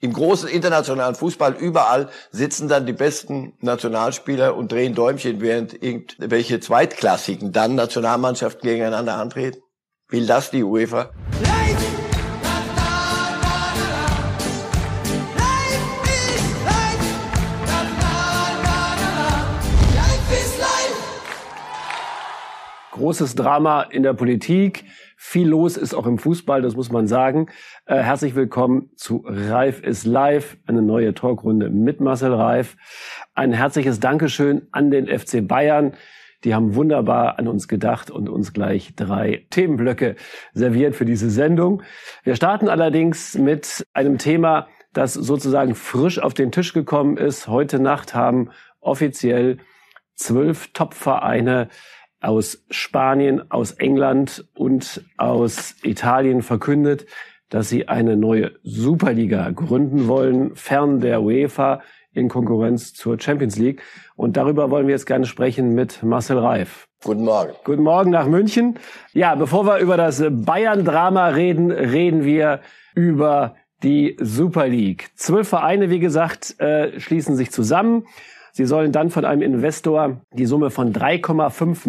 Im großen internationalen Fußball überall sitzen dann die besten Nationalspieler und drehen Däumchen, während irgendwelche Zweitklassigen dann Nationalmannschaften gegeneinander antreten. Will das die UEFA? Großes Drama in der Politik. Viel los ist auch im Fußball, das muss man sagen. Herzlich willkommen zu Reif ist live, eine neue Talkrunde mit Marcel Reif. Ein herzliches Dankeschön an den FC Bayern. Die haben wunderbar an uns gedacht und uns gleich 3 Themenblöcke serviert für diese Sendung. Wir starten allerdings mit einem Thema, das sozusagen frisch auf den Tisch gekommen ist. Heute Nacht haben offiziell 12 Top-Vereine aus Spanien, aus England und aus Italien verkündet, dass sie eine neue Superliga gründen wollen, fern der UEFA, in Konkurrenz zur Champions League. Und darüber wollen wir jetzt gerne sprechen mit Marcel Reif. Guten Morgen. Guten Morgen nach München. Ja, bevor wir über das Bayern-Drama reden wir über die Super League. 12 Vereine, wie gesagt, schließen sich zusammen. Sie sollen dann von einem Investor die Summe von 3,5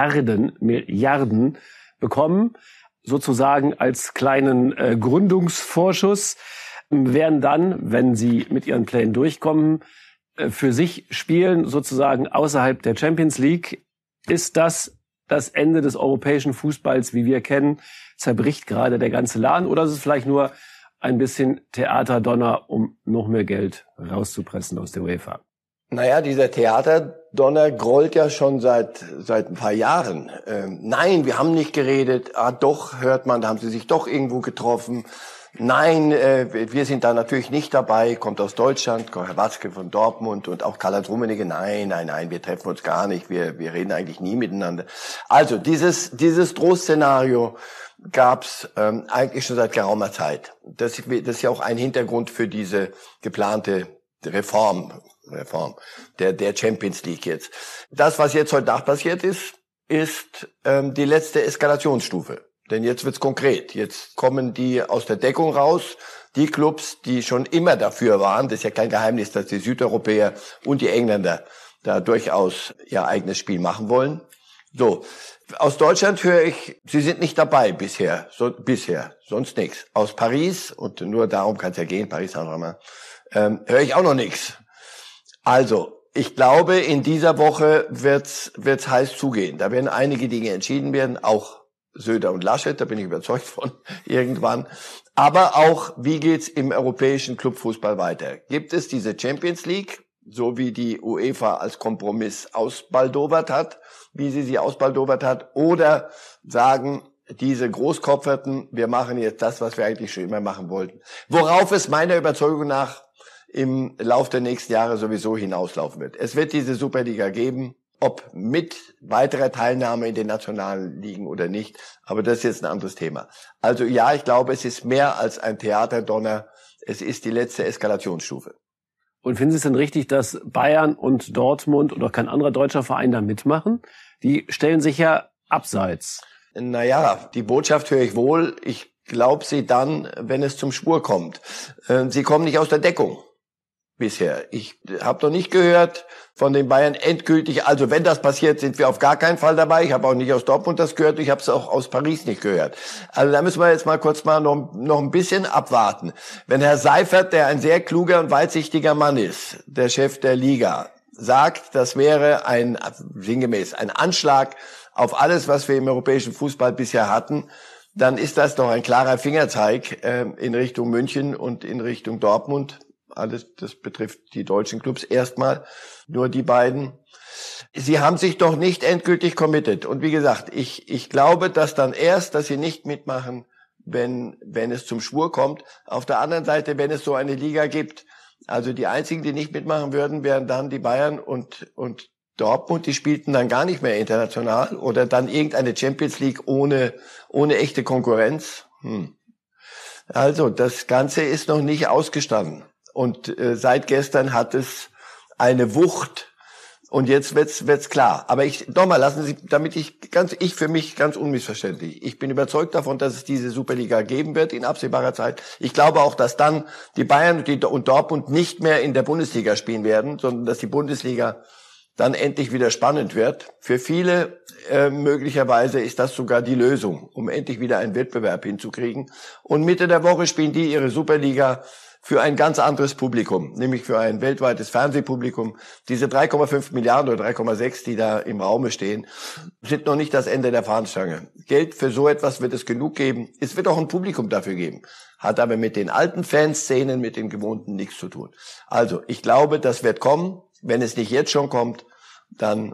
Milliarden bekommen, sozusagen als kleinen Gründungsvorschuss, werden dann, wenn sie mit ihren Plänen durchkommen, für sich spielen, sozusagen außerhalb der Champions League. Ist das Ende des europäischen Fußballs, wie wir kennen? Zerbricht gerade der ganze Laden, oder ist es vielleicht nur ein bisschen Theaterdonner, um noch mehr Geld rauszupressen aus der UEFA? Naja, dieser Theaterdonner grollt ja schon seit ein paar Jahren. Nein, wir haben nicht geredet. Ah, doch, hört man, da haben sie sich doch irgendwo getroffen. Nein, wir sind da natürlich nicht dabei. Kommt aus Deutschland, Herr Watzke von Dortmund und auch Karl-Heinz Rummenigge. Nein, wir treffen uns gar nicht. Wir reden eigentlich nie miteinander. Also, dieses Drohszenario gab's eigentlich schon seit geraumer Zeit. Das ist ja auch ein Hintergrund für diese geplante Reform der Champions League jetzt. Das, was jetzt heute Nacht passiert ist die letzte Eskalationsstufe. Denn jetzt wird's konkret. Jetzt kommen die aus der Deckung raus, die Clubs, die schon immer dafür waren. Das ist ja kein Geheimnis, dass die Südeuropäer und die Engländer da durchaus ihr eigenes Spiel machen wollen. So, aus Deutschland höre ich, sie sind nicht dabei bisher, sonst nichts. Aus Paris, und nur darum kann es ja gehen, Paris auch nochmal, höre ich auch noch nichts. Also, ich glaube, in dieser Woche wird's heiß zugehen. Da werden einige Dinge entschieden werden, auch Söder und Laschet, da bin ich überzeugt von, irgendwann. Aber auch, wie geht's im europäischen Clubfußball weiter? Gibt es diese Champions League, so wie die UEFA als Kompromiss ausbaldowert hat, wie sie ausbaldowert hat, oder sagen diese Großkopferten, wir machen jetzt das, was wir eigentlich schon immer machen wollten. Worauf es meiner Überzeugung nach im Lauf der nächsten Jahre sowieso hinauslaufen wird. Es wird diese Superliga geben, ob mit weiterer Teilnahme in den nationalen Ligen oder nicht, aber das ist jetzt ein anderes Thema. Also ja, ich glaube, es ist mehr als ein Theaterdonner, es ist die letzte Eskalationsstufe. Und finden Sie es denn richtig, dass Bayern und Dortmund oder kein anderer deutscher Verein da mitmachen? Die stellen sich ja abseits. Naja, die Botschaft höre ich wohl. Ich glaube sie dann, wenn es zum Schwur kommt. Sie kommen nicht aus der Deckung. Bisher. Ich habe noch nicht gehört von den Bayern endgültig, also wenn das passiert, sind wir auf gar keinen Fall dabei. Ich habe auch nicht aus Dortmund das gehört, ich habe es auch aus Paris nicht gehört. Also da müssen wir jetzt mal kurz noch ein bisschen abwarten. Wenn Herr Seifert, der ein sehr kluger und weitsichtiger Mann ist, der Chef der Liga, sagt, das wäre sinngemäß ein Anschlag auf alles, was wir im europäischen Fußball bisher hatten, dann ist das doch ein klarer Fingerzeig in Richtung München und in Richtung Dortmund. Alles, das betrifft die deutschen Clubs erstmal, nur die beiden. Sie haben sich doch nicht endgültig committed. Und wie gesagt, ich glaube, dass sie nicht mitmachen, wenn es zum Schwur kommt. Auf der anderen Seite, wenn es so eine Liga gibt, also die einzigen, die nicht mitmachen würden, wären dann die Bayern und Dortmund, die spielten dann gar nicht mehr international oder dann irgendeine Champions League ohne echte Konkurrenz. Also, das Ganze ist noch nicht ausgestanden. Und seit gestern hat es eine Wucht, Und jetzt wird's klar. Aber lassen Sie, ich für mich ganz unmissverständlich. Ich bin überzeugt davon, dass es diese Superliga geben wird in absehbarer Zeit. Ich glaube auch, dass dann die Bayern und Dortmund nicht mehr in der Bundesliga spielen werden, sondern dass die Bundesliga dann endlich wieder spannend wird. Für viele möglicherweise ist das sogar die Lösung, um endlich wieder einen Wettbewerb hinzukriegen. Und Mitte der Woche spielen die ihre Superliga für ein ganz anderes Publikum, nämlich für ein weltweites Fernsehpublikum. Diese 3,5 Milliarden oder 3,6, die da im Raume stehen, sind noch nicht das Ende der Fahnenstange. Geld für so etwas wird es genug geben. Es wird auch ein Publikum dafür geben. Hat aber mit den alten Fanszenen, mit den gewohnten nichts zu tun. Also, ich glaube, das wird kommen. Wenn es nicht jetzt schon kommt, dann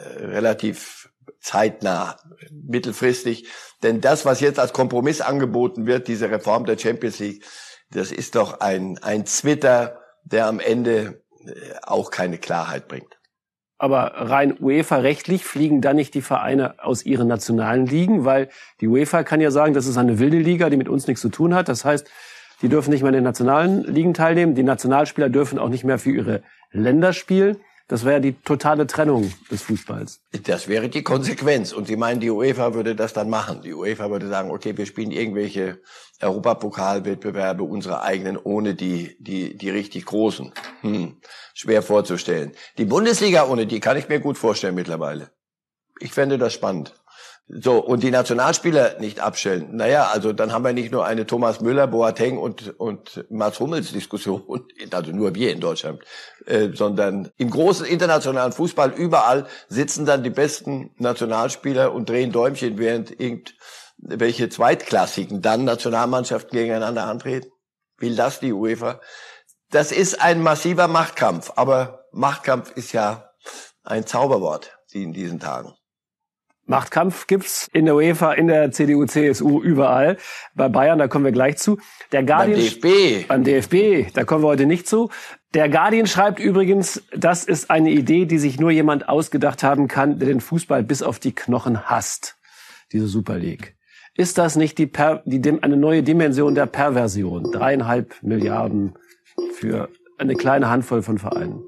relativ zeitnah, mittelfristig. Denn das, was jetzt als Kompromiss angeboten wird, diese Reform der Champions League, das ist doch ein Zwitter, der am Ende auch keine Klarheit bringt. Aber rein UEFA-rechtlich fliegen dann nicht die Vereine aus ihren nationalen Ligen, weil die UEFA kann ja sagen, das ist eine wilde Liga, die mit uns nichts zu tun hat. Das heißt, die dürfen nicht mehr in den nationalen Ligen teilnehmen. Die Nationalspieler dürfen auch nicht mehr für ihre Länder spielen. Das wäre die totale Trennung des Fußballs. Das wäre die Konsequenz. Und Sie meinen, die UEFA würde das dann machen. Die UEFA würde sagen, okay, wir spielen irgendwelche Europapokalwettbewerbe, unsere eigenen, ohne die richtig großen. Schwer vorzustellen. Die Bundesliga ohne die kann ich mir gut vorstellen mittlerweile. Ich fände das spannend. So, und die Nationalspieler nicht abstellen. Naja, also dann haben wir nicht nur eine Thomas Müller, Boateng und Mats Hummels Diskussion, also nur wir in Deutschland, sondern im großen internationalen Fußball überall sitzen dann die besten Nationalspieler und drehen Däumchen, während irgendwelche Zweitklassigen dann Nationalmannschaften gegeneinander antreten. Will das die UEFA? Das ist ein massiver Machtkampf, aber Machtkampf ist ja ein Zauberwort in diesen Tagen. Machtkampf gibt's in der UEFA, in der CDU, CSU, überall. Bei Bayern, da kommen wir gleich zu. Der Guardian, beim DFB, da kommen wir heute nicht zu. Der Guardian schreibt übrigens, das ist eine Idee, die sich nur jemand ausgedacht haben kann, der den Fußball bis auf die Knochen hasst. Diese Super League. Ist das nicht eine neue Dimension der Perversion? 3,5 Milliarden für eine kleine Handvoll von Vereinen.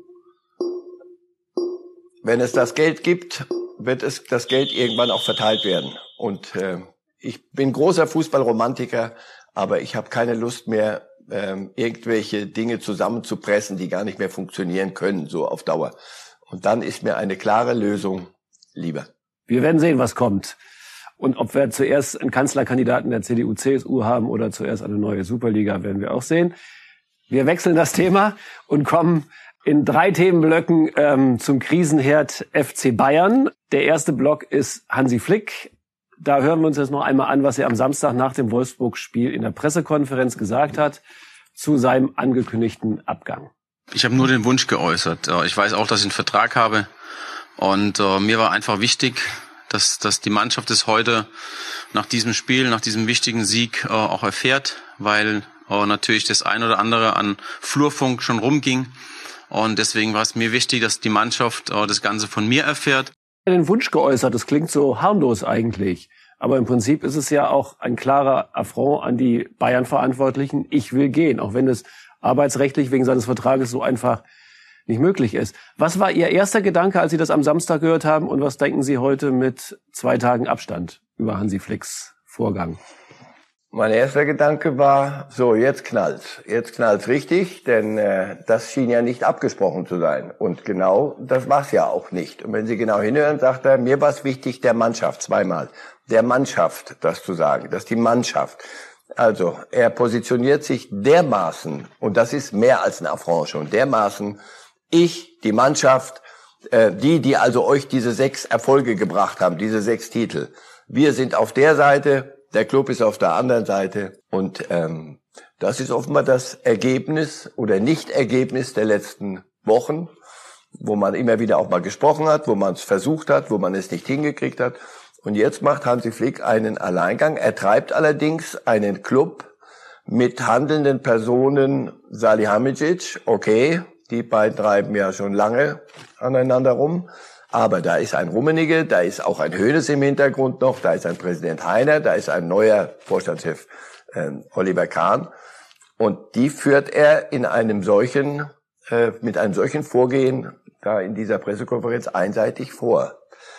Wenn es das Geld gibt, wird das Geld irgendwann auch verteilt werden. Und ich bin großer Fußballromantiker, aber ich habe keine Lust mehr, irgendwelche Dinge zusammenzupressen, die gar nicht mehr funktionieren können, so auf Dauer. Und dann ist mir eine klare Lösung lieber. Wir werden sehen, was kommt. Und ob wir zuerst einen Kanzlerkandidaten der CDU, CSU haben oder zuerst eine neue Superliga, werden wir auch sehen. Wir wechseln das Thema und kommen in 3 Themenblöcken zum Krisenherd FC Bayern. Der erste Block ist Hansi Flick. Da hören wir uns jetzt noch einmal an, was er am Samstag nach dem Wolfsburg-Spiel in der Pressekonferenz gesagt hat zu seinem angekündigten Abgang. Ich habe nur den Wunsch geäußert. Ich weiß auch, dass ich einen Vertrag habe. Und mir war einfach wichtig, dass die Mannschaft es heute nach diesem Spiel, nach diesem wichtigen Sieg auch erfährt, weil natürlich das ein oder andere an Flurfunk schon rumging. Und deswegen war es mir wichtig, dass die Mannschaft das Ganze von mir erfährt. Den Wunsch geäußert, das klingt so harmlos eigentlich. Aber im Prinzip ist es ja auch ein klarer Affront an die Bayern-Verantwortlichen. Ich will gehen, auch wenn es arbeitsrechtlich wegen seines Vertrages so einfach nicht möglich ist. Was war Ihr erster Gedanke, als Sie das am Samstag gehört haben? Und was denken Sie heute mit 2 Tagen Abstand über Hansi Flicks Vorgang? Mein erster Gedanke war, so, jetzt knallt's. Jetzt knallt's richtig, denn das schien ja nicht abgesprochen zu sein. Und genau das war's ja auch nicht. Und wenn Sie genau hinhören, sagt er, mir war's wichtig, der Mannschaft, zweimal, der Mannschaft das zu sagen, dass die Mannschaft. Also, er positioniert sich dermaßen, und das ist mehr als ein Affront schon, dermaßen, die Mannschaft, die also euch diese 6 Erfolge gebracht haben, diese 6 Titel. Wir sind auf der Seite, der Club ist auf der anderen Seite und das ist offenbar das Ergebnis oder Nicht-Ergebnis der letzten Wochen, wo man immer wieder auch mal gesprochen hat, wo man es versucht hat, wo man es nicht hingekriegt hat. Und jetzt macht Hansi Flick einen Alleingang. Er treibt allerdings einen Club mit handelnden Personen, Salihamidzic, okay, die beiden treiben ja schon lange aneinander rum. Aber da ist ein Rummenigge, da ist auch ein Hoeneß im Hintergrund noch, da ist ein Präsident Heiner, da ist ein neuer Vorstandschef Oliver Kahn. Und die führt er in einem solchen, mit einem solchen Vorgehen da in dieser Pressekonferenz einseitig vor.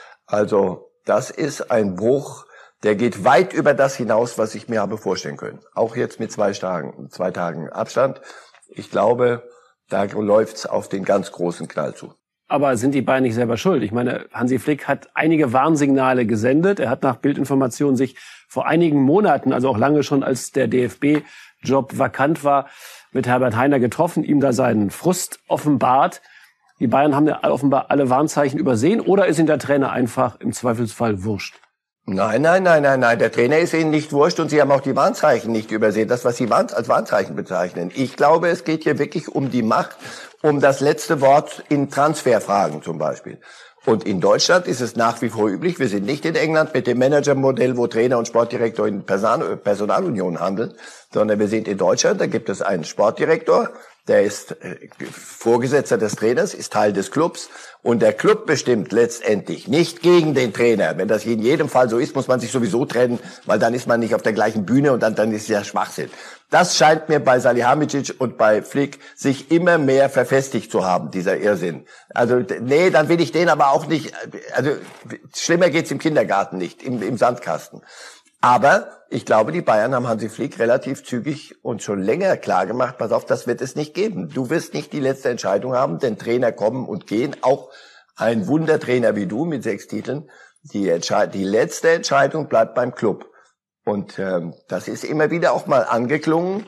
Also das ist ein Bruch, der geht weit über das hinaus, was ich mir habe vorstellen können. Auch jetzt mit 2 Tagen Abstand. Ich glaube, da läuft's auf den ganz großen Knall zu. Aber sind die Bayern nicht selber schuld? Ich meine, Hansi Flick hat einige Warnsignale gesendet. Er hat nach Bildinformationen sich vor einigen Monaten, also auch lange schon, als der DFB-Job vakant war, mit Herbert Hainer getroffen, ihm da seinen Frust offenbart. Die Bayern haben ja offenbar alle Warnzeichen übersehen, oder ist ihnen der Trainer einfach im Zweifelsfall wurscht? Nein. Der Trainer ist ihnen nicht wurscht und sie haben auch die Warnzeichen nicht übersehen. Das, was sie als Warnzeichen bezeichnen. Ich glaube, es geht hier wirklich um die Macht, um das letzte Wort in Transferfragen zum Beispiel. Und in Deutschland ist es nach wie vor üblich, wir sind nicht in England mit dem Managermodell, wo Trainer und Sportdirektor in Personalunion handeln, sondern wir sind in Deutschland, da gibt es einen Sportdirektor, der ist Vorgesetzter des Trainers, ist Teil des Clubs und der Club bestimmt letztendlich nicht gegen den Trainer. Wenn das in jedem Fall so ist, muss man sich sowieso trennen, weil dann ist man nicht auf der gleichen Bühne und dann ist es ja Schwachsinn. Das scheint mir bei Salihamidzic und bei Flick sich immer mehr verfestigt zu haben, dieser Irrsinn. Also nee, dann will ich den aber auch nicht, also schlimmer geht's im Kindergarten nicht, im Sandkasten. Aber ich glaube, die Bayern haben Hansi Flick relativ zügig und schon länger klar gemacht, pass auf, das wird es nicht geben. Du wirst nicht die letzte Entscheidung haben, denn Trainer kommen und gehen. Auch ein Wundertrainer wie du mit 6 Titeln. Die letzte Entscheidung bleibt beim Club. Und das ist immer wieder auch mal angeklungen.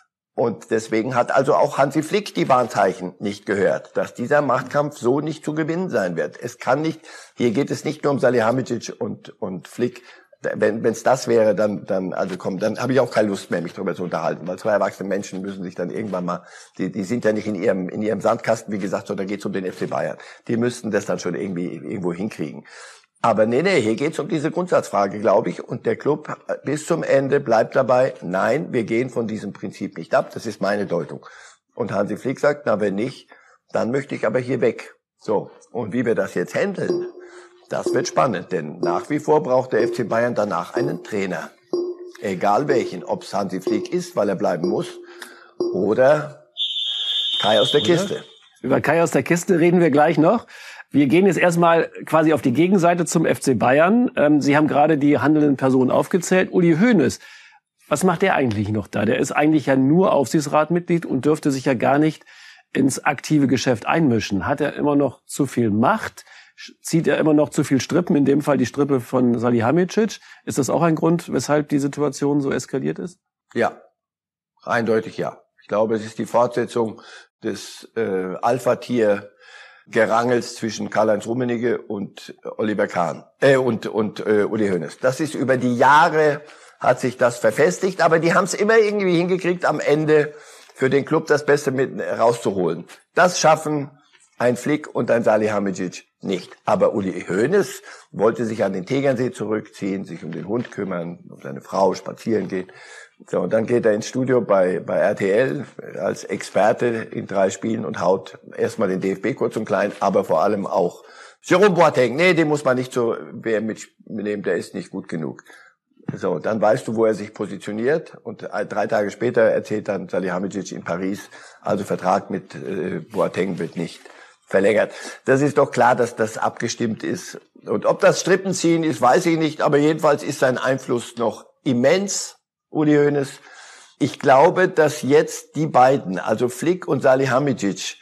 Und deswegen hat also auch Hansi Flick die Warnzeichen nicht gehört, dass dieser Machtkampf so nicht zu gewinnen sein wird. Es kann nicht, hier geht es nicht nur um Salihamidzic und Flick. Wenn es das wäre, dann habe ich auch keine Lust mehr, mich darüber zu unterhalten, weil 2 erwachsene Menschen müssen sich dann irgendwann mal, die sind ja nicht in ihrem Sandkasten, wie gesagt, sondern geht es um den FC Bayern. Die müssten das dann schon irgendwo hinkriegen. Aber nee, hier geht es um diese Grundsatzfrage, glaube ich, und der Club bis zum Ende bleibt dabei, nein, wir gehen von diesem Prinzip nicht ab, das ist meine Deutung. Und Hansi Flick sagt, na wenn nicht, dann möchte ich aber hier weg. So, und wie wir das jetzt handeln, das wird spannend, denn nach wie vor braucht der FC Bayern danach einen Trainer. Egal welchen, ob es Hansi Flick ist, weil er bleiben muss, oder Kai aus der Kiste. Über Kai aus der Kiste reden wir gleich noch. Wir gehen jetzt erstmal quasi auf die Gegenseite zum FC Bayern. Sie haben gerade die handelnden Personen aufgezählt. Uli Hoeneß, was macht der eigentlich noch da? Der ist eigentlich ja nur Aufsichtsratmitglied und dürfte sich ja gar nicht ins aktive Geschäft einmischen. Hat er immer noch zu viel Macht? Zieht er immer noch zu viel Strippen, in dem Fall die Strippe von Salihamidzic? Ist das auch ein Grund, weshalb die Situation so eskaliert ist? Ja, eindeutig ja. Ich glaube, es ist die Fortsetzung des Alpha-Tier-Gerangels zwischen Karl-Heinz Rummenigge und Oliver Kahn und Uli Hoeneß. Das ist über die Jahre hat sich das verfestigt, aber die haben es immer irgendwie hingekriegt, am Ende für den Club das Beste mit rauszuholen. Das schaffen ein Flick und ein Salihamidzic nicht. Aber Uli Hoeneß wollte sich an den Tegernsee zurückziehen, sich um den Hund kümmern, um seine Frau spazieren gehen. So, und dann geht er ins Studio bei RTL als Experte in 3 Spielen und haut erstmal den DFB kurz und klein, aber vor allem auch Jerome Boateng. Nee, den muss man nicht zur WM mitnehmen, der ist nicht gut genug. So, dann weißt du, wo er sich positioniert, und 3 Tage später erzählt dann Salihamidzic in Paris, also Vertrag mit Boateng wird nicht verlängert. Das ist doch klar, dass das abgestimmt ist. Und ob das Strippenziehen ist, weiß ich nicht, aber jedenfalls ist sein Einfluss noch immens, Uli Hoeneß. Ich glaube, dass jetzt die beiden, also Flick und Salihamidzic,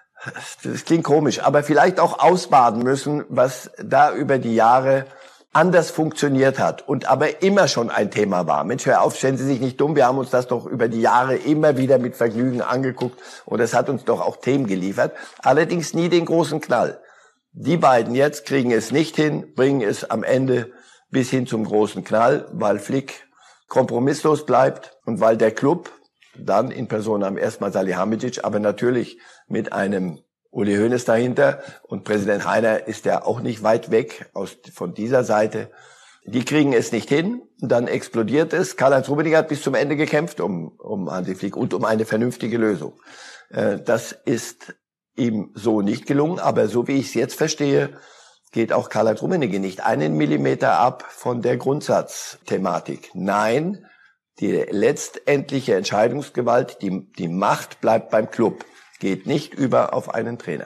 das klingt komisch, aber vielleicht auch ausbaden müssen, was da über die Jahre anders funktioniert hat und aber immer schon ein Thema war. Mensch, hör auf, stellen Sie sich nicht dumm, wir haben uns das doch über die Jahre immer wieder mit Vergnügen angeguckt und es hat uns doch auch Themen geliefert, allerdings nie den großen Knall. Die beiden jetzt kriegen es nicht hin, bringen es am Ende bis hin zum großen Knall, weil Flick kompromisslos bleibt und weil der Club dann in Person am ersten Mal Salihamidzic, aber natürlich mit einem Uli Hoeneß dahinter, und Präsident Hainer ist ja auch nicht weit weg von dieser Seite. Die kriegen es nicht hin, und dann explodiert es. Karl-Heinz Rummenigge hat bis zum Ende gekämpft um Hansi Flick und um eine vernünftige Lösung. Das ist ihm so nicht gelungen, aber so wie ich es jetzt verstehe, geht auch Karl-Heinz Rummenigge nicht einen Millimeter ab von der Grundsatzthematik. Nein, die letztendliche Entscheidungsgewalt, die Macht bleibt beim Club, geht nicht über auf einen Trainer.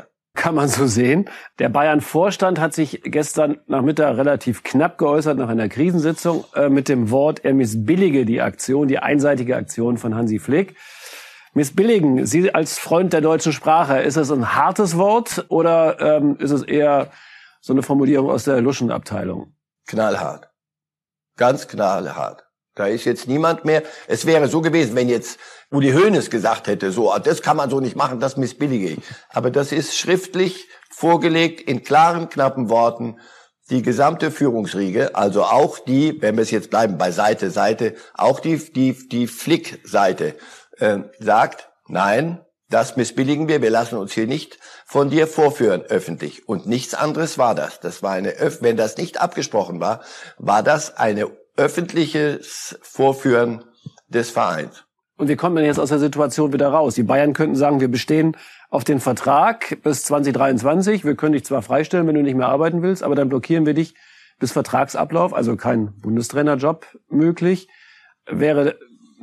kann man so sehen. Der Bayern-Vorstand hat sich gestern Nachmittag relativ knapp geäußert nach einer Krisensitzung mit dem Wort, er missbillige die Aktion, die einseitige Aktion von Hansi Flick. Missbilligen, Sie als Freund der deutschen Sprache, ist es ein hartes Wort oder ist es eher so eine Formulierung aus der Luschenabteilung? Knallhart. Ganz knallhart. Da ist jetzt niemand mehr. Es wäre so gewesen, wenn jetzt Uli Hoeneß gesagt hätte, so, das kann man so nicht machen, das missbillige ich. Aber das ist schriftlich vorgelegt, in klaren, knappen Worten. Die gesamte Führungsriege, also auch die, wenn wir es jetzt bleiben bei Seite, auch die Flick-Seite, sagt, nein, das missbilligen wir lassen uns hier nicht von dir vorführen öffentlich. Und nichts anderes war das. Das war wenn das nicht abgesprochen war, war das eine öffentliches Vorführen des Vereins. Und wie kommt man jetzt aus der Situation wieder raus? Die Bayern könnten sagen, wir bestehen auf den Vertrag bis 2023. Wir können dich zwar freistellen, wenn du nicht mehr arbeiten willst, aber dann blockieren wir dich bis Vertragsablauf, also kein Bundestrainerjob möglich. Wäre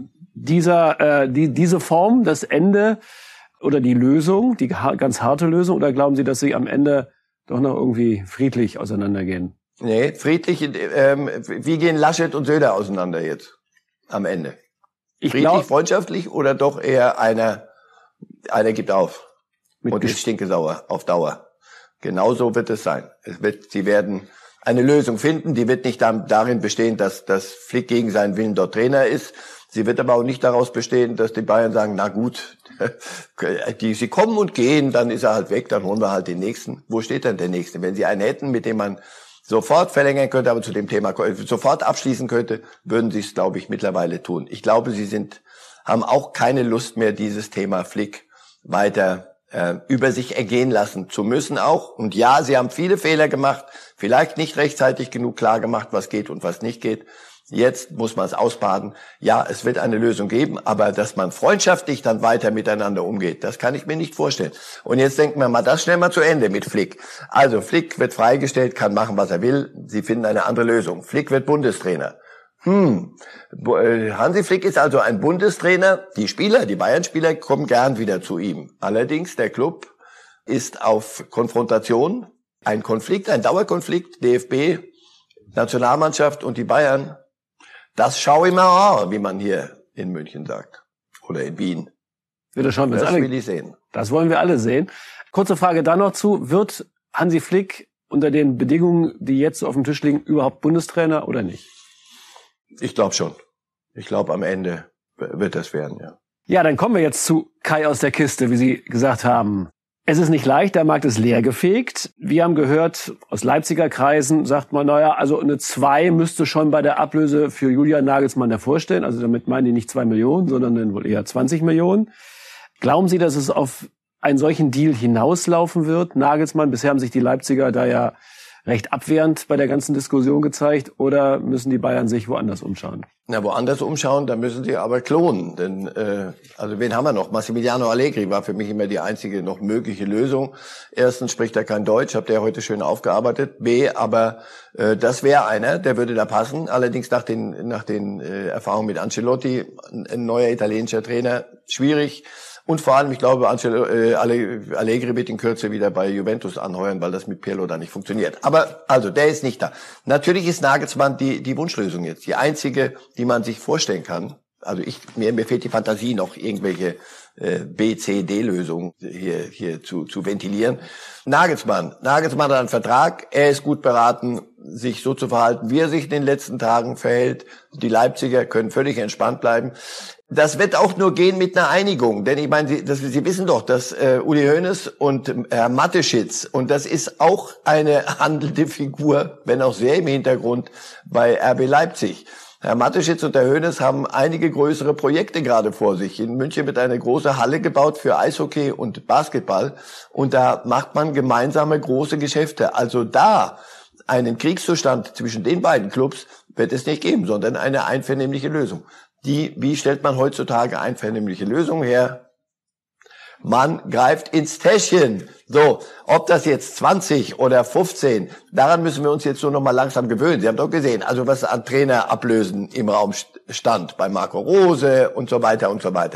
diese Form das Ende oder die Lösung, die ganz harte Lösung, oder glauben Sie, dass Sie am Ende doch noch irgendwie friedlich auseinandergehen? Nee, friedlich, wie gehen Laschet und Söder auseinander jetzt am Ende? Friedlich, freundschaftlich oder doch eher einer gibt auf und ist stinkesauer auf Dauer? Genauso wird es sein. Sie werden eine Lösung finden, die wird nicht darin bestehen, dass Flick gegen seinen Willen dort Trainer ist. Sie wird aber auch nicht daraus bestehen, dass die Bayern sagen, na gut, sie kommen und gehen, dann ist er halt weg, dann holen wir halt den Nächsten. Wo steht denn der Nächste? Wenn Sie einen hätten, mit dem man sofort verlängern könnte, aber zu dem Thema sofort abschließen könnte, würden Sie es, glaube ich, mittlerweile tun. Ich glaube, Sie haben auch keine Lust mehr, dieses Thema Flick weiter über sich ergehen lassen zu müssen auch. Und ja, Sie haben viele Fehler gemacht, vielleicht nicht rechtzeitig genug klar gemacht, was geht und was nicht geht. Jetzt muss man es ausbaden. Ja, es wird eine Lösung geben, aber dass man freundschaftlich dann weiter miteinander umgeht, das kann ich mir nicht vorstellen. Und jetzt denken wir mal das schnell mal zu Ende mit Flick. Also Flick wird freigestellt, kann machen, was er will. Sie finden eine andere Lösung. Flick wird Bundestrainer. Hansi Flick ist also ein Bundestrainer. Die Spieler, die Bayern-Spieler kommen gern wieder zu ihm. Allerdings, der Club ist auf Konfrontation. Ein Konflikt, ein Dauerkonflikt, DFB, Nationalmannschaft und die Bayern. Das schau ich mal an, wie man hier in München sagt. Oder in Wien. Das will ich sehen. Das wollen wir alle sehen. Kurze Frage dann noch zu. Wird Hansi Flick unter den Bedingungen, die jetzt auf dem Tisch liegen, überhaupt Bundestrainer oder nicht? Ich glaube schon. Ich glaube, am Ende wird das werden, ja. Ja, dann kommen wir jetzt zu Kai aus der Kiste, wie Sie gesagt haben. Es ist nicht leicht, der Markt ist leergefegt. Wir haben gehört, aus Leipziger Kreisen sagt man, naja, also eine 2 müsste schon bei der Ablöse für Julian Nagelsmann hervorstellen. Also damit meinen die nicht 2 Millionen, sondern dann wohl eher 20 Millionen. Glauben Sie, dass es auf einen solchen Deal hinauslaufen wird, Nagelsmann? Bisher haben sich die Leipziger da ja recht abwehrend bei der ganzen Diskussion gezeigt, oder müssen die Bayern sich woanders umschauen? Na, woanders umschauen, da müssen sie aber klonen. Denn also wen haben wir noch? Massimiliano Allegri war für mich immer die einzige noch mögliche Lösung. Erstens spricht er kein Deutsch, habt ihr heute schön aufgearbeitet. B, aber das wäre einer, der würde da passen. Allerdings nach den Erfahrungen mit Ancelotti, ein neuer italienischer Trainer, schwierig. Und vor allem, ich glaube, Allegri wird in Kürze wieder bei Juventus anheuern, weil das mit Pirlo da nicht funktioniert. Aber, also, der ist nicht da. Natürlich ist Nagelsmann die Wunschlösung jetzt. Die einzige, die man sich vorstellen kann. Also mir fehlt die Fantasie, noch irgendwelche B, C, D-Lösungen hier zu ventilieren. Nagelsmann hat einen Vertrag. Er ist gut beraten, sich so zu verhalten, wie er sich in den letzten Tagen verhält. Die Leipziger können völlig entspannt bleiben. Das wird auch nur gehen mit einer Einigung, denn ich meine, Sie wissen doch, dass Uli Hoeneß und Herr Mateschitz, und das ist auch eine handelnde Figur, wenn auch sehr im Hintergrund, bei RB Leipzig. Herr Mateschitz und Herr Hoeneß haben einige größere Projekte gerade vor sich. In München wird eine große Halle gebaut für Eishockey und Basketball, und da macht man gemeinsame große Geschäfte. Also da einen Kriegszustand zwischen den beiden Clubs wird es nicht geben, sondern eine einvernehmliche Lösung. Wie stellt man heutzutage einvernehmliche Lösungen her? Man greift ins Täschchen. So, ob das jetzt 20 oder 15, daran müssen wir uns jetzt so noch mal langsam gewöhnen. Sie haben doch gesehen, also was an Trainerablösen im Raum stand, bei Marco Rose und so weiter und so weiter.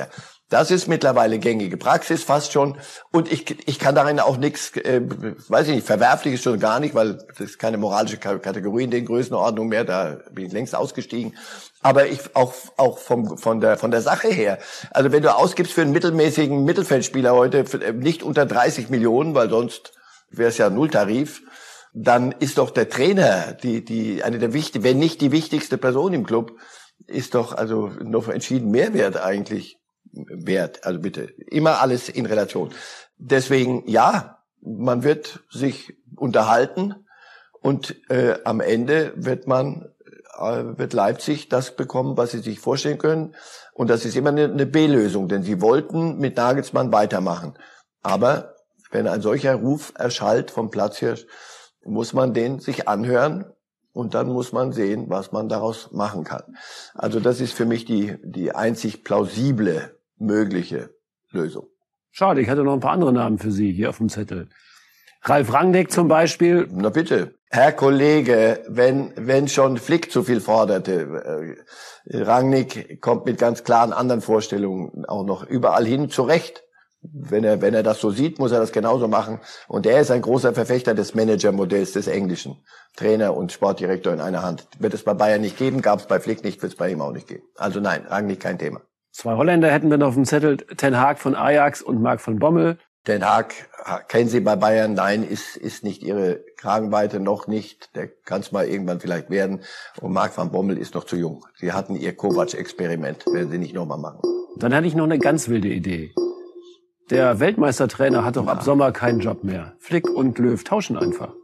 Das ist mittlerweile gängige Praxis, fast schon. Und ich kann darin auch nichts, weiß ich nicht, Verwerfliches schon gar nicht, weil das ist keine moralische Kategorie in den Größenordnungen mehr, da bin ich längst ausgestiegen. Aber auch von der Sache her. Also wenn du ausgibst für einen mittelmäßigen Mittelfeldspieler heute nicht unter 30 Millionen, weil sonst wäre es ja Nulltarif, dann ist doch der Trainer eine der wichtigsten, wenn nicht die wichtigste Person im Club, ist doch also noch entschieden Mehrwert eigentlich. Wert, also bitte, immer alles in Relation. Deswegen, ja, man wird sich unterhalten und am Ende wird Leipzig das bekommen, was sie sich vorstellen können. Und das ist immer eine B-Lösung, denn sie wollten mit Nagelsmann weitermachen. Aber wenn ein solcher Ruf erschallt vom Platzhirsch, muss man den sich anhören und dann muss man sehen, was man daraus machen kann. Also das ist für mich die einzig plausible mögliche Lösung. Schade, ich hatte noch ein paar andere Namen für Sie hier auf dem Zettel. Ralf Rangnick zum Beispiel. Na bitte. Herr Kollege, wenn schon Flick zu viel forderte, Rangnick kommt mit ganz klaren anderen Vorstellungen auch noch überall hin zurecht. Wenn er das so sieht, muss er das genauso machen. Und er ist ein großer Verfechter des Managermodells des Englischen. Trainer und Sportdirektor in einer Hand. Wird es bei Bayern nicht geben, gab es bei Flick nicht, wird es bei ihm auch nicht geben. Also nein, Rangnick kein Thema. 2 Holländer hätten wir noch auf dem Zettel, Ten Hag von Ajax und Marc van Bommel. Ten Hag kennen Sie bei Bayern? Nein, ist nicht Ihre Kragenweite, noch nicht. Der kann es mal irgendwann vielleicht werden. Und Marc van Bommel ist noch zu jung. Sie hatten Ihr Kovac-Experiment, werden Sie nicht nochmal machen. Dann hatte ich noch eine ganz wilde Idee. Der Weltmeistertrainer hat doch ab Sommer keinen Job mehr. Flick und Löw tauschen einfach.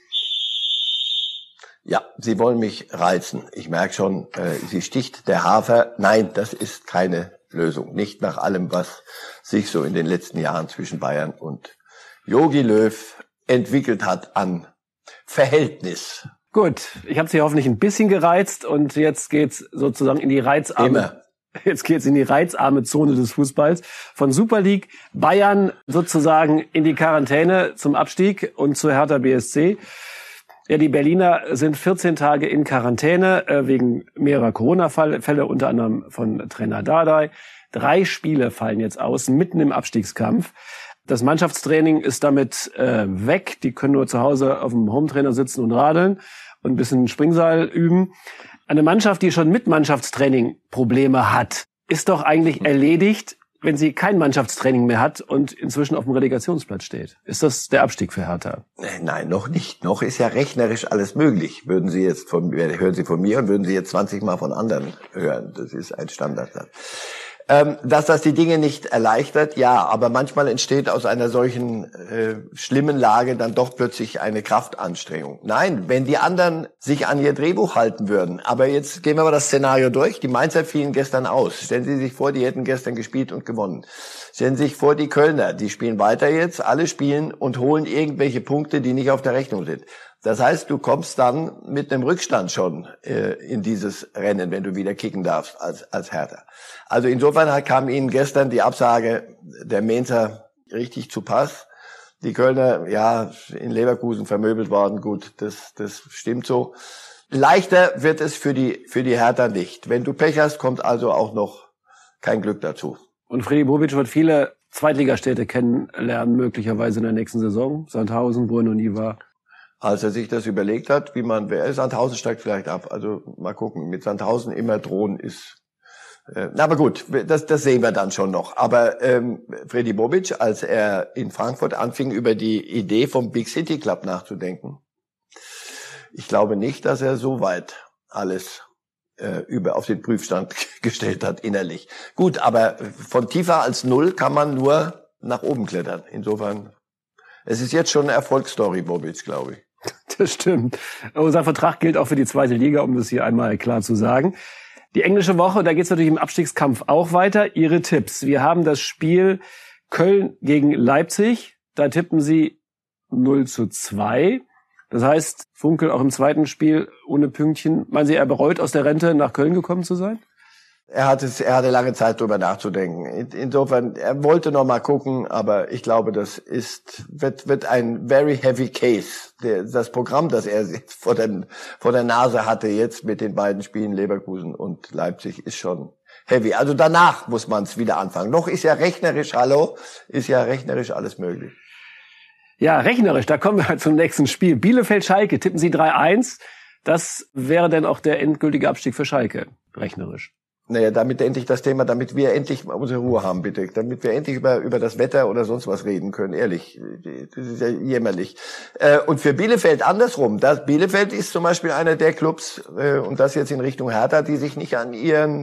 Ja, Sie wollen mich reizen. Ich merke schon, Sie sticht der Hafer. Nein, das ist keine Lösung. Nicht nach allem, was sich so in den letzten Jahren zwischen Bayern und Jogi Löw entwickelt hat an Verhältnis. Gut, ich habe Sie hoffentlich ein bisschen gereizt und jetzt geht's sozusagen in die reizarme. Immer. Jetzt geht's in die reizarme Zone des Fußballs. Von Super League Bayern sozusagen in die Quarantäne zum Abstieg und zu Hertha BSC. Ja, die Berliner sind 14 Tage in Quarantäne wegen mehrerer Corona-Fälle, unter anderem von Trainer Dardai. 3 Spiele fallen jetzt aus, mitten im Abstiegskampf. Das Mannschaftstraining ist damit weg. Die können nur zu Hause auf dem Hometrainer sitzen und radeln und ein bisschen Springseil üben. Eine Mannschaft, die schon mit Mannschaftstraining Probleme hat, ist doch eigentlich erledigt, wenn sie kein Mannschaftstraining mehr hat und inzwischen auf dem Relegationsplatz steht. Ist das der Abstieg für Hertha? Nein, noch nicht. Noch ist ja rechnerisch alles möglich. hören Sie von mir und würden Sie jetzt 20 Mal von anderen hören. Das ist ein Standardsatz. Dass das die Dinge nicht erleichtert, ja, aber manchmal entsteht aus einer solchen schlimmen Lage dann doch plötzlich eine Kraftanstrengung. Nein, wenn die anderen sich an ihr Drehbuch halten würden, aber jetzt gehen wir mal das Szenario durch, die Mainzer fielen gestern aus. Stellen Sie sich vor, die hätten gestern gespielt und gewonnen. Stellen Sie sich vor, die Kölner, die spielen weiter jetzt, alle spielen und holen irgendwelche Punkte, die nicht auf der Rechnung sind. Das heißt, du kommst dann mit einem Rückstand schon in dieses Rennen, wenn du wieder kicken darfst als Hertha. Also insofern kam Ihnen gestern die Absage der Mainzer richtig zu Pass. Die Kölner, ja, in Leverkusen vermöbelt worden, gut, das stimmt so. Leichter wird es für die Hertha nicht. Wenn du Pech hast, kommt also auch noch kein Glück dazu. Und Freddy Bobic wird viele Zweitligastädte kennenlernen, möglicherweise in der nächsten Saison. Sandhausen, wo er noch nie war. Als er sich das überlegt hat, Sandhausen steigt vielleicht ab. Also mal gucken, mit Sandhausen immer drohen ist. Aber gut, das sehen wir dann schon noch. Aber Freddy Bobic, als er in Frankfurt anfing, über die Idee vom Big City Club nachzudenken, ich glaube nicht, dass er so weit alles auf den Prüfstand gestellt hat innerlich. Gut, aber von tiefer als 0 kann man nur nach oben klettern. Insofern, es ist jetzt schon eine Erfolgsstory, Bobic, glaube ich. Das stimmt. Unser Vertrag gilt auch für die 2. Liga, um das hier einmal klar zu sagen. Die englische Woche, da geht es natürlich im Abstiegskampf auch weiter. Ihre Tipps. Wir haben das Spiel Köln gegen Leipzig. Da tippen Sie 0:2. Das heißt, Funkel auch im zweiten Spiel ohne Pünktchen. Meinen Sie, er bereut, aus der Rente nach Köln gekommen zu sein? Er hatte lange Zeit, drüber nachzudenken. Insofern, er wollte noch mal gucken, aber ich glaube, das wird ein very heavy case. Das Programm, das er vor der Nase hatte jetzt mit den beiden Spielen Leverkusen und Leipzig, ist schon heavy. Also danach muss man es wieder anfangen. Noch ist ja rechnerisch, ist ja rechnerisch alles möglich. Ja, rechnerisch, da kommen wir zum nächsten Spiel. Bielefeld-Schalke, tippen Sie 3-1. Das wäre dann auch der endgültige Abstieg für Schalke, rechnerisch. Naja, damit wir endlich unsere Ruhe haben, bitte. Damit wir endlich über das Wetter oder sonst was reden können, ehrlich. Das ist ja jämmerlich. Und für Bielefeld andersrum. Bielefeld ist zum Beispiel einer der Clubs, und das jetzt in Richtung Hertha, die sich nicht an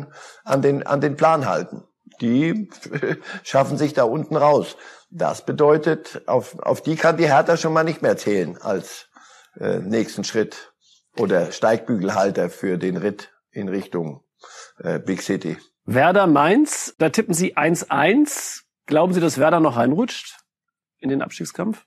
den Plan halten. Die schaffen sich da unten raus. Das bedeutet, auf die kann die Hertha schon mal nicht mehr zählen als nächsten Schritt oder Steigbügelhalter für den Ritt in Richtung Big City. Werder Mainz, da tippen Sie 1-1. Glauben Sie, dass Werder noch reinrutscht in den Abstiegskampf?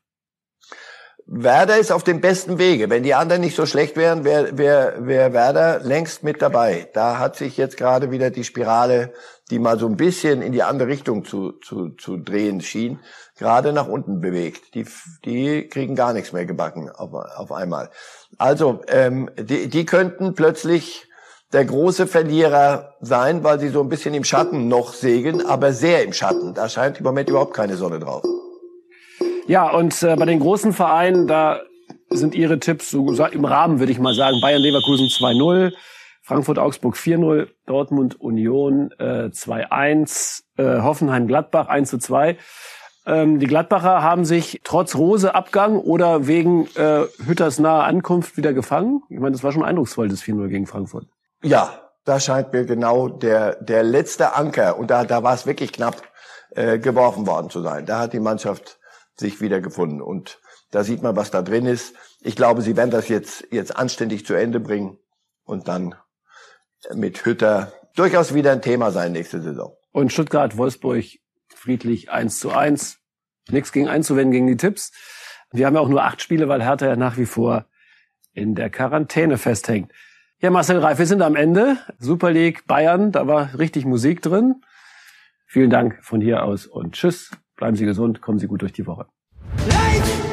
Werder ist auf dem besten Wege. Wenn die anderen nicht so schlecht wären, wäre Werder längst mit dabei. Da hat sich jetzt gerade wieder die Spirale, die mal so ein bisschen in die andere Richtung zu drehen schien, gerade nach unten bewegt. Die kriegen gar nichts mehr gebacken auf einmal. Also die könnten plötzlich der große Verlierer sein, weil sie so ein bisschen im Schatten noch segeln, aber sehr im Schatten. Da scheint im Moment überhaupt keine Sonne drauf. Ja, und bei den großen Vereinen, da sind Ihre Tipps so im Rahmen, würde ich mal sagen. Bayern-Leverkusen 2-0, Frankfurt-Augsburg 4-0, Dortmund-Union 2-1, Hoffenheim-Gladbach 1-2. Die Gladbacher haben sich trotz Rose-Abgang oder wegen Hütters nahe Ankunft wieder gefangen. Ich meine, das war schon eindrucksvoll, das 4-0 gegen Frankfurt. Ja, da scheint mir genau der letzte Anker, und da war es wirklich knapp, geworfen worden zu sein. Da hat die Mannschaft sich wieder gefunden, und da sieht man, was da drin ist. Ich glaube, sie werden das jetzt anständig zu Ende bringen und dann mit Hütter durchaus wieder ein Thema sein nächste Saison. Und Stuttgart-Wolfsburg friedlich 1-1. Nichts gegen einzuwenden gegen die Tipps. Wir haben ja auch nur 8 Spiele, weil Hertha ja nach wie vor in der Quarantäne festhängt. Ja, Marcel Reif, wir sind am Ende. Super League Bayern, da war richtig Musik drin. Vielen Dank von hier aus und tschüss. Bleiben Sie gesund, kommen Sie gut durch die Woche.